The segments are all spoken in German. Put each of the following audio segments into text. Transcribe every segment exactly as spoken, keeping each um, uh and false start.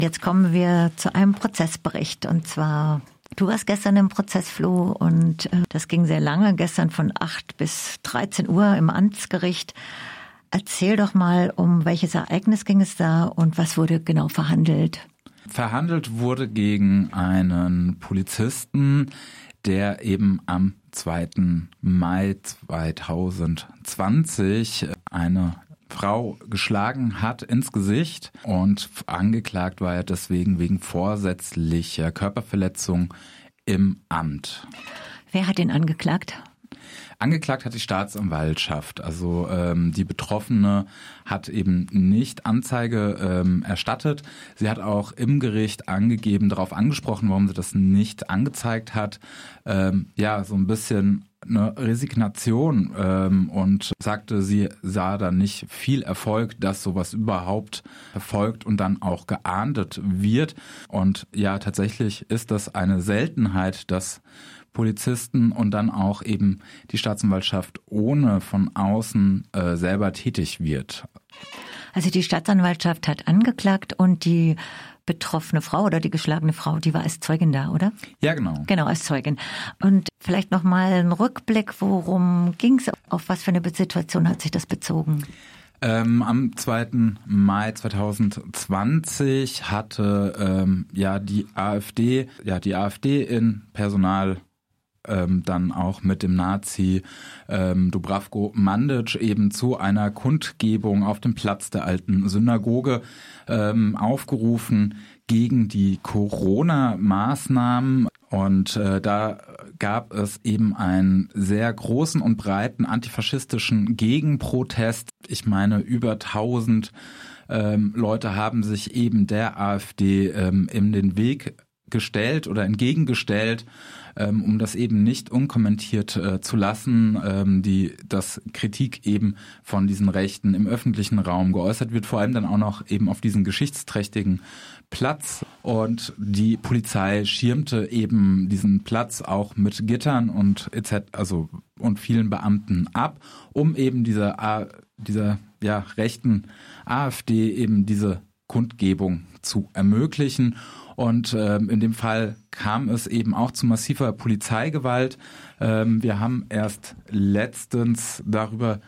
Jetzt kommen wir zu einem Prozessbericht und zwar, du warst gestern im Prozess, Flo, und äh, das ging sehr lange, gestern von acht bis dreizehn Uhr im Amtsgericht. Erzähl doch mal, um welches Ereignis ging es da und was wurde genau verhandelt? Verhandelt wurde gegen einen Polizisten, der eben am zweiten Mai zweitausendzwanzig eine Frau geschlagen hat ins Gesicht, und angeklagt war er deswegen wegen vorsätzlicher Körperverletzung im Amt. Wer hat ihn angeklagt? Angeklagt hat die Staatsanwaltschaft. Also ähm, die Betroffene hat eben nicht Anzeige ähm, erstattet. Sie hat auch im Gericht angegeben, darauf angesprochen, warum sie das nicht angezeigt hat. Ähm, ja, so ein bisschen eine Resignation ähm, und sagte, sie sah da nicht viel Erfolg, dass sowas überhaupt erfolgt und dann auch geahndet wird. Und ja, tatsächlich ist das eine Seltenheit, dass Polizisten und dann auch eben die Staatsanwaltschaft ohne von außen äh, selber tätig wird. Also die Staatsanwaltschaft hat angeklagt und die betroffene Frau oder die geschlagene Frau, die war als Zeugin da, oder? Ja, genau. Genau, als Zeugin. Und vielleicht noch mal ein Rückblick, worum ging es? Auf was für eine Situation hat sich das bezogen? Ähm, am zweiten Mai zweitausendzwanzig hatte ähm, ja die AfD, ja die AfD in Personal Ähm, dann auch mit dem Nazi ähm, Dubravko Mandić eben zu einer Kundgebung auf dem Platz der alten Synagoge ähm, aufgerufen gegen die Corona-Maßnahmen. Und äh, da gab es eben einen sehr großen und breiten antifaschistischen Gegenprotest. Ich meine, über tausend ähm, Leute haben sich eben der AfD ähm, in den Weg gestellt oder entgegengestellt, ähm, um das eben nicht unkommentiert äh, zu lassen, ähm, die dass Kritik eben von diesen Rechten im öffentlichen Raum geäußert wird, vor allem dann auch noch eben auf diesen geschichtsträchtigen Platz. Und die Polizei schirmte eben diesen Platz auch mit Gittern und et cetera, also und vielen Beamten ab, um eben dieser A, dieser ja rechten AfD eben diese Kundgebung zu ermöglichen. Und ähm, in dem Fall kam es eben auch zu massiver Polizeigewalt. Ähm, wir haben erst letztens darüber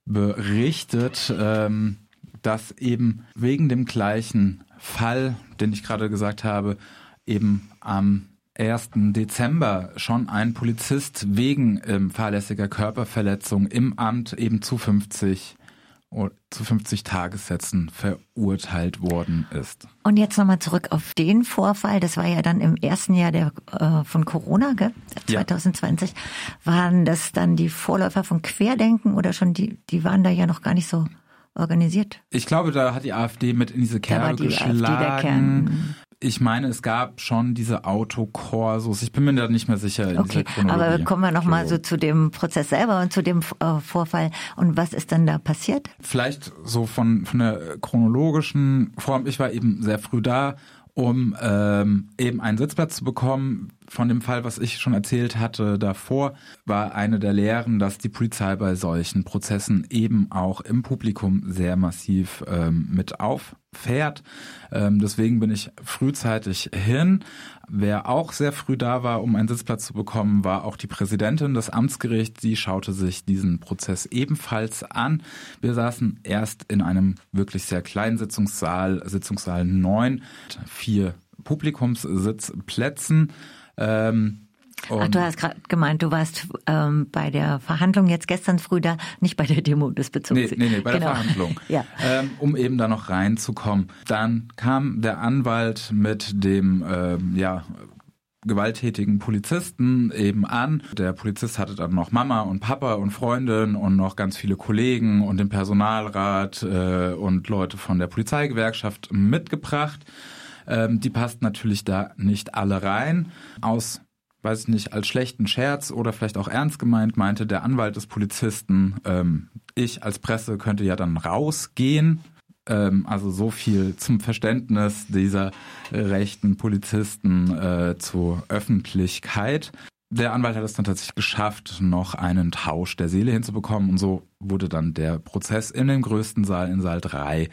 berichtet, ähm, dass eben wegen dem gleichen Fall, den ich gerade gesagt habe, eben am ersten Dezember schon ein Polizist wegen ähm, fahrlässiger Körperverletzung im Amt eben zu fünfzig zu fünfzig Tagessätzen verurteilt worden ist. Und jetzt nochmal zurück auf den Vorfall. Das war ja dann im ersten Jahr der, äh, von Corona, gell? zwanzig zwanzig. Ja. Waren das dann die Vorläufer von Querdenken oder schon die, die waren da ja noch gar nicht so organisiert? Ich glaube, da hat die AfD mit in diese Kerbe die geschlagen. AfD der Kern. Ich meine, es gab schon diese Autokorsos. Ich bin mir da nicht mehr sicher in okay, dieser Chronologie. Aber kommen wir noch mal so zu dem Prozess selber und zu dem äh, Vorfall. Und was ist dann da passiert? Vielleicht so von, von der chronologischen Form. Ich war eben sehr früh da, um ähm, eben einen Sitzplatz zu bekommen. Von dem Fall, was ich schon erzählt hatte davor, war eine der Lehren, dass die Polizei bei solchen Prozessen eben auch im Publikum sehr massiv ähm, mit auffährt. Ähm, deswegen bin ich frühzeitig hin. Wer auch sehr früh da war, um einen Sitzplatz zu bekommen, war auch die Präsidentin des Amtsgerichts. Sie schaute sich diesen Prozess ebenfalls an. Wir saßen erst in einem wirklich sehr kleinen Sitzungssaal, Sitzungssaal neun, vier Publikumssitzplätzen. Ähm, Ach, du hast gerade gemeint, du warst ähm, bei der Verhandlung jetzt gestern früh da, nicht bei der Demo, das bezog nee, sich. Nee, nee, bei genau. der Verhandlung, ja. ähm, um eben da noch reinzukommen. Dann kam der Anwalt mit dem ähm, ja gewalttätigen Polizisten eben an. Der Polizist hatte dann noch Mama und Papa und Freundin und noch ganz viele Kollegen und den Personalrat äh, und Leute von der Polizeigewerkschaft mitgebracht. Ähm, die passten natürlich da nicht alle rein. Aus, weiß ich nicht, als schlechten Scherz oder vielleicht auch ernst gemeint, meinte der Anwalt des Polizisten, ähm, ich als Presse könnte ja dann rausgehen. Ähm, also so viel zum Verständnis dieser rechten Polizisten äh, zur Öffentlichkeit. der Anwalt hat es dann tatsächlich geschafft, noch einen Tausch der Seele hinzubekommen und so wurde dann der Prozess in den größten Saal, in Saal drei,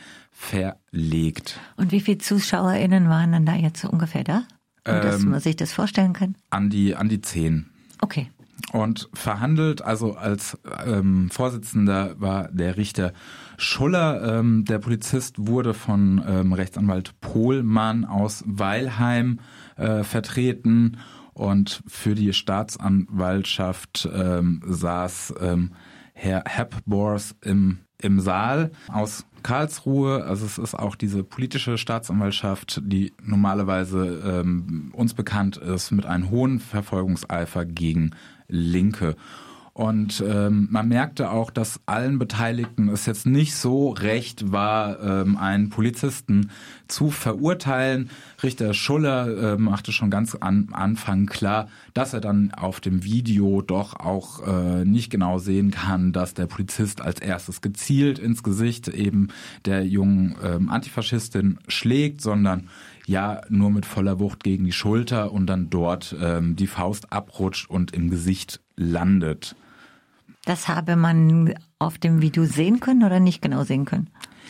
verlegt. Und wie viele ZuschauerInnen waren dann da jetzt so ungefähr da? Um dass man sich das vorstellen kann? An die, an die zehn. Okay. Und verhandelt, also als ähm, Vorsitzender war der Richter Schuller. Ähm, der Polizist wurde von ähm, Rechtsanwalt Pohlmann aus Weilheim äh, vertreten und für die Staatsanwaltschaft ähm, saß ähm, Herr Hepbors im, im Saal aus Karlsruhe. Also es ist auch diese politische Staatsanwaltschaft, die normalerweise ähm, uns bekannt ist mit einem hohen Verfolgungseifer gegen Linke. Und ähm, man merkte auch, dass allen Beteiligten es jetzt nicht so recht war, ähm, einen Polizisten zu verurteilen. Richter Schuller äh, machte schon ganz am Anfang klar, dass er dann auf dem Video doch auch äh, nicht genau sehen kann, dass der Polizist als erstes gezielt ins Gesicht eben der jungen ähm, Antifaschistin schlägt, sondern ja nur mit voller Wucht gegen die Schulter und dann dort ähm, die Faust abrutscht und im Gesicht landet. Das habe man auf dem Video sehen können oder nicht genau sehen können?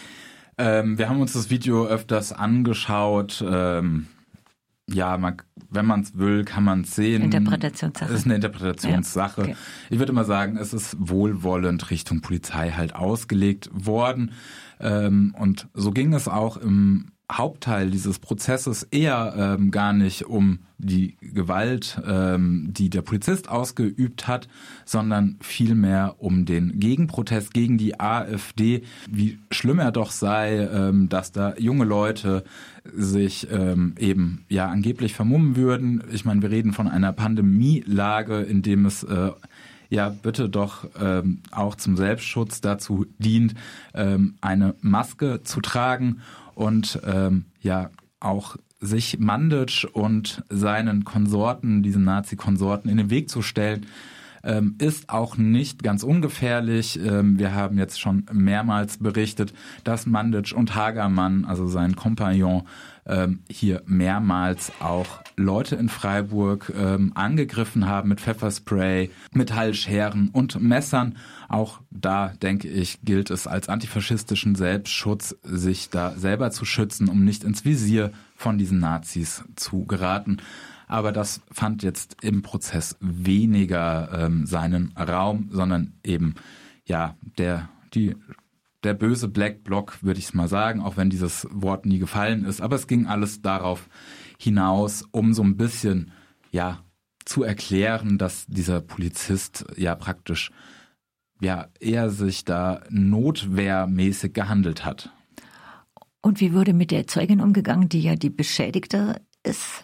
Ähm, wir haben uns das Video öfters angeschaut. Ähm, ja, man, wenn man es will, kann man es sehen. Interpretationssache. Es ist eine Interpretationssache. Ja, okay. Ich würde mal sagen, es ist wohlwollend Richtung Polizei halt ausgelegt worden. Ähm, und so ging es auch im Hauptteil dieses Prozesses eher ähm, gar nicht um die Gewalt, ähm, die der Polizist ausgeübt hat, sondern vielmehr um den Gegenprotest gegen die AfD, wie schlimm er doch sei, ähm, dass da junge Leute sich ähm, eben ja angeblich vermummen würden. Ich meine, wir reden von einer Pandemielage, in dem es äh, ja bitte doch ähm, auch zum Selbstschutz dazu dient, ähm, eine Maske zu tragen und ähm, ja auch sich Mandic und seinen Konsorten, diesen Nazi-Konsorten in den Weg zu stellen, ähm, ist auch nicht ganz ungefährlich. Ähm, wir haben jetzt schon mehrmals berichtet, dass Mandic und Hagermann, also sein Kompagnon, ähm, hier mehrmals auch Leute in Freiburg ähm, angegriffen haben mit Pfefferspray, Metallscheren und Messern. Auch da, denke ich, gilt es als antifaschistischen Selbstschutz, sich da selber zu schützen, um nicht ins Visier von diesen Nazis zu geraten. Aber das fand jetzt im Prozess weniger ähm, seinen Raum, sondern eben ja der die der böse Black Bloc, würde ich es mal sagen, auch wenn dieses Wort nie gefallen ist. Aber es ging alles darauf hinaus, um so ein bisschen ja zu erklären, dass dieser Polizist ja praktisch ja eher sich da notwehrmäßig gehandelt hat. Und wie wurde mit der Zeugin umgegangen, die ja die Beschädigte ist?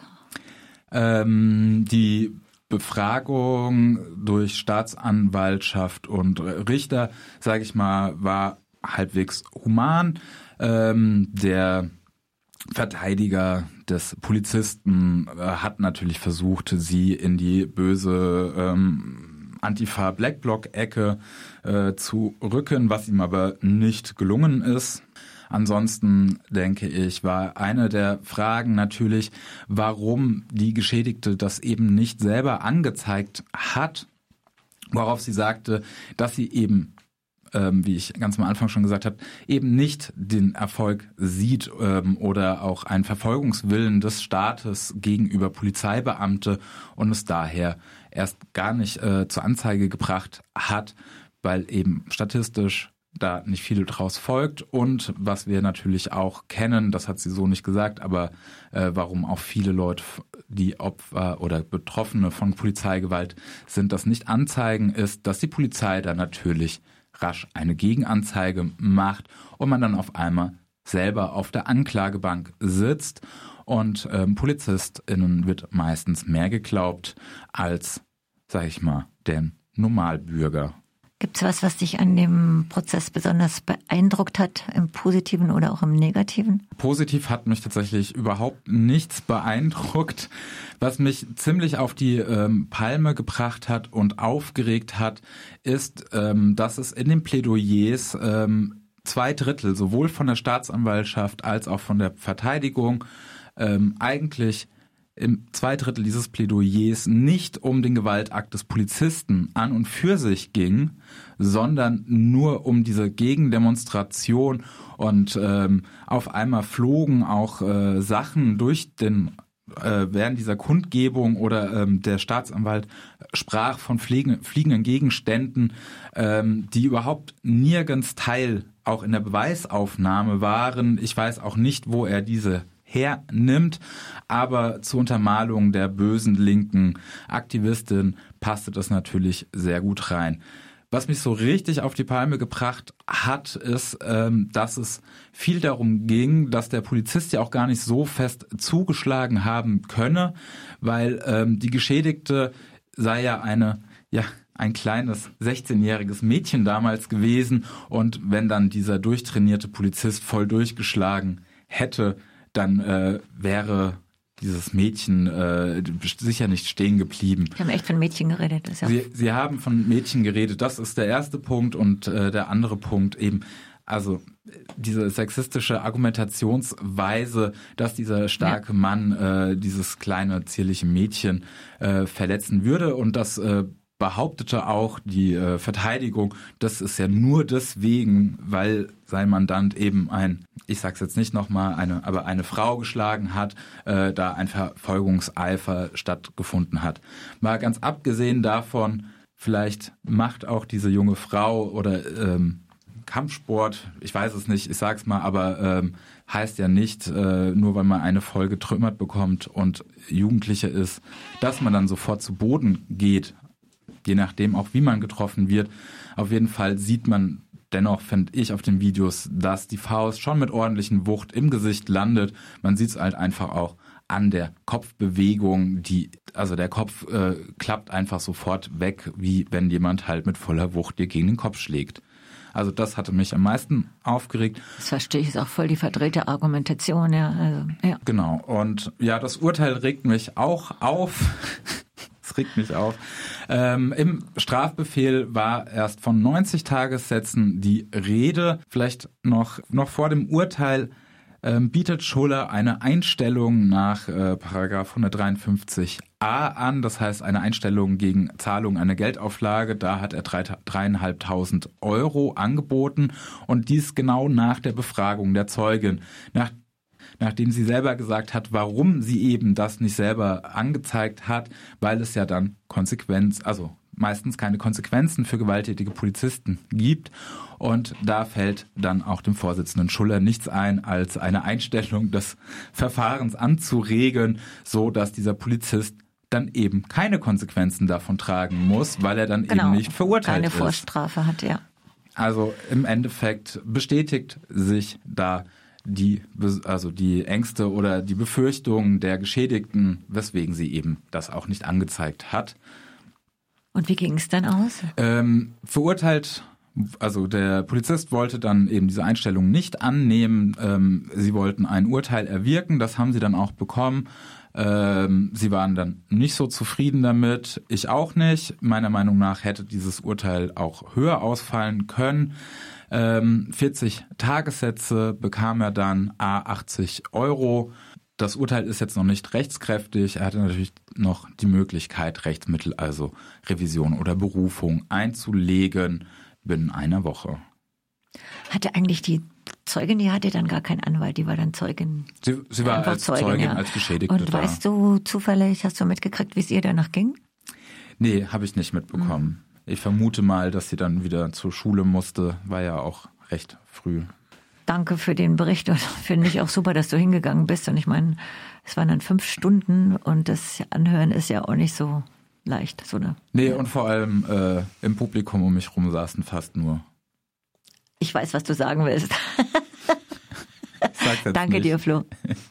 Ähm, die Befragung durch Staatsanwaltschaft und Richter, sage ich mal, war halbwegs human. Ähm, der Verteidiger des Polizisten äh, hat natürlich versucht, sie in die böse ähm, Antifa-Black-Bloc-Ecke äh, zu rücken, was ihm aber nicht gelungen ist. Ansonsten, denke ich, war eine der Fragen natürlich, warum die Geschädigte das eben nicht selber angezeigt hat, worauf sie sagte, dass sie eben, ähm, wie ich ganz am Anfang schon gesagt habe, eben nicht den Erfolg sieht ähm, oder auch einen Verfolgungswillen des Staates gegenüber Polizeibeamte und es daher erst gar nicht äh, zur Anzeige gebracht hat, weil eben statistisch da nicht viel draus folgt und was wir natürlich auch kennen, das hat sie so nicht gesagt, aber äh, warum auch viele Leute, die Opfer oder Betroffene von Polizeigewalt sind, das nicht anzeigen, ist, dass die Polizei da natürlich rasch eine Gegenanzeige macht und man dann auf einmal selber auf der Anklagebank sitzt und ähm, PolizistInnen wird meistens mehr geglaubt als, sag ich mal, den Normalbürger. Gibt es was, was dich an dem Prozess besonders beeindruckt hat, im Positiven oder auch im Negativen? Positiv hat mich tatsächlich überhaupt nichts beeindruckt. Was mich ziemlich auf die ähm, Palme gebracht hat und aufgeregt hat, ist, ähm, dass es in den Plädoyers ähm, zwei Drittel, sowohl von der Staatsanwaltschaft als auch von der Verteidigung, ähm, eigentlich im zwei Drittel dieses Plädoyers nicht um den Gewaltakt des Polizisten an und für sich ging, sondern nur um diese Gegendemonstration und ähm, auf einmal flogen auch äh, Sachen durch den äh, während dieser Kundgebung oder ähm, der Staatsanwalt sprach von fliegen, fliegenden Gegenständen, ähm, die überhaupt nirgends Teil auch in der Beweisaufnahme waren. Ich weiß auch nicht, wo er diese hernimmt, aber zur Untermalung der bösen linken Aktivistin passte das natürlich sehr gut rein. Was mich so richtig auf die Palme gebracht hat, ist, ähm, dass es viel darum ging, dass der Polizist ja auch gar nicht so fest zugeschlagen haben könne, weil ähm, die Geschädigte sei ja eine, ja, ein kleines sechzehnjähriges Mädchen damals gewesen, und wenn dann dieser durchtrainierte Polizist voll durchgeschlagen hätte, dann äh, wäre dieses Mädchen äh, sicher nicht stehen geblieben. Sie haben echt von Mädchen geredet. Das ist ja Sie, Sie haben von Mädchen geredet, das ist der erste Punkt, und äh, der andere Punkt eben, also diese sexistische Argumentationsweise, dass dieser starke ja. Mann äh, dieses kleine, zierliche Mädchen äh, verletzen würde, und das äh, behauptete auch die äh, Verteidigung, das ist ja nur deswegen, weil sein Mandant eben ein, ich sag's jetzt nicht nochmal, eine, aber eine Frau geschlagen hat, äh, da ein Verfolgungseifer stattgefunden hat. Mal ganz abgesehen davon, vielleicht macht auch diese junge Frau oder ähm, Kampfsport, ich weiß es nicht, ich sag's mal, aber ähm, heißt ja nicht, äh, nur weil man eine Voll getrümmert bekommt und Jugendliche ist, dass man dann sofort zu Boden geht. Je nachdem auch, wie man getroffen wird. Auf jeden Fall sieht man dennoch, finde ich, auf den Videos, dass die Faust schon mit ordentlichen Wucht im Gesicht landet. Man sieht es halt einfach auch an der Kopfbewegung, die, also der Kopf äh, klappt einfach sofort weg, wie wenn jemand halt mit voller Wucht dir gegen den Kopf schlägt. Also das hatte mich am meisten aufgeregt. Das verstehe ich, ist auch voll die verdrehte Argumentation, ja. Also, ja. Genau. Und ja, das Urteil regt mich auch auf. Das regt mich auf. Ähm, Im Strafbefehl war erst von neunzig Tagessätzen die Rede. Vielleicht noch, noch vor dem Urteil ähm, bietet Schuller eine Einstellung nach äh, Paragraph hundertdreiundfünfzig a an. Das heißt eine Einstellung gegen Zahlung einer Geldauflage. Da hat er dreieinhalbtausend Euro angeboten, und dies genau nach der Befragung der Zeugin. Nach Nachdem sie selber gesagt hat, warum sie eben das nicht selber angezeigt hat, weil es ja dann Konsequenz, also meistens keine Konsequenzen für gewalttätige Polizisten gibt. Und da fällt dann auch dem Vorsitzenden Schuller nichts ein, als eine Einstellung des Verfahrens anzuregen, so dass dieser Polizist dann eben keine Konsequenzen davon tragen muss, weil er dann genau, eben nicht verurteilt keine ist. Keine Vorstrafe hat, ja. Also im Endeffekt bestätigt sich da die, also die Ängste oder die Befürchtungen der Geschädigten, weswegen sie eben das auch nicht angezeigt hat. Und wie ging es dann aus? Ähm, verurteilt, also der Polizist wollte dann eben diese Einstellung nicht annehmen. Ähm, sie wollten ein Urteil erwirken, das haben sie dann auch bekommen. Ähm, sie waren dann nicht so zufrieden damit, ich auch nicht. Meiner Meinung nach hätte dieses Urteil auch höher ausfallen können. Ähm, vierzig Tagessätze bekam er dann, à achtzig Euro. Das Urteil ist jetzt noch nicht rechtskräftig. Er hatte natürlich noch die Möglichkeit, Rechtsmittel, also Revision oder Berufung einzulegen binnen einer Woche. Hatte eigentlich die Zeugin, die hatte dann gar keinen Anwalt, die war dann Zeugin. Sie, sie war als Zeugin, Zeugin ja. als Geschädigte Und da. Weißt du zufällig, hast du mitgekriegt, wie es ihr danach ging? Nee, habe ich nicht mitbekommen. Mhm. Ich vermute mal, dass sie dann wieder zur Schule musste, war ja auch recht früh. Danke für den Bericht. Finde ich auch super, dass du hingegangen bist. Und ich meine, es waren dann fünf Stunden und das Anhören ist ja auch nicht so leicht. So eine, nee, und vor allem äh, im Publikum um mich rum saßen fast nur. Ich weiß, was du sagen willst. Sag's jetzt Danke nicht. dir, Flo.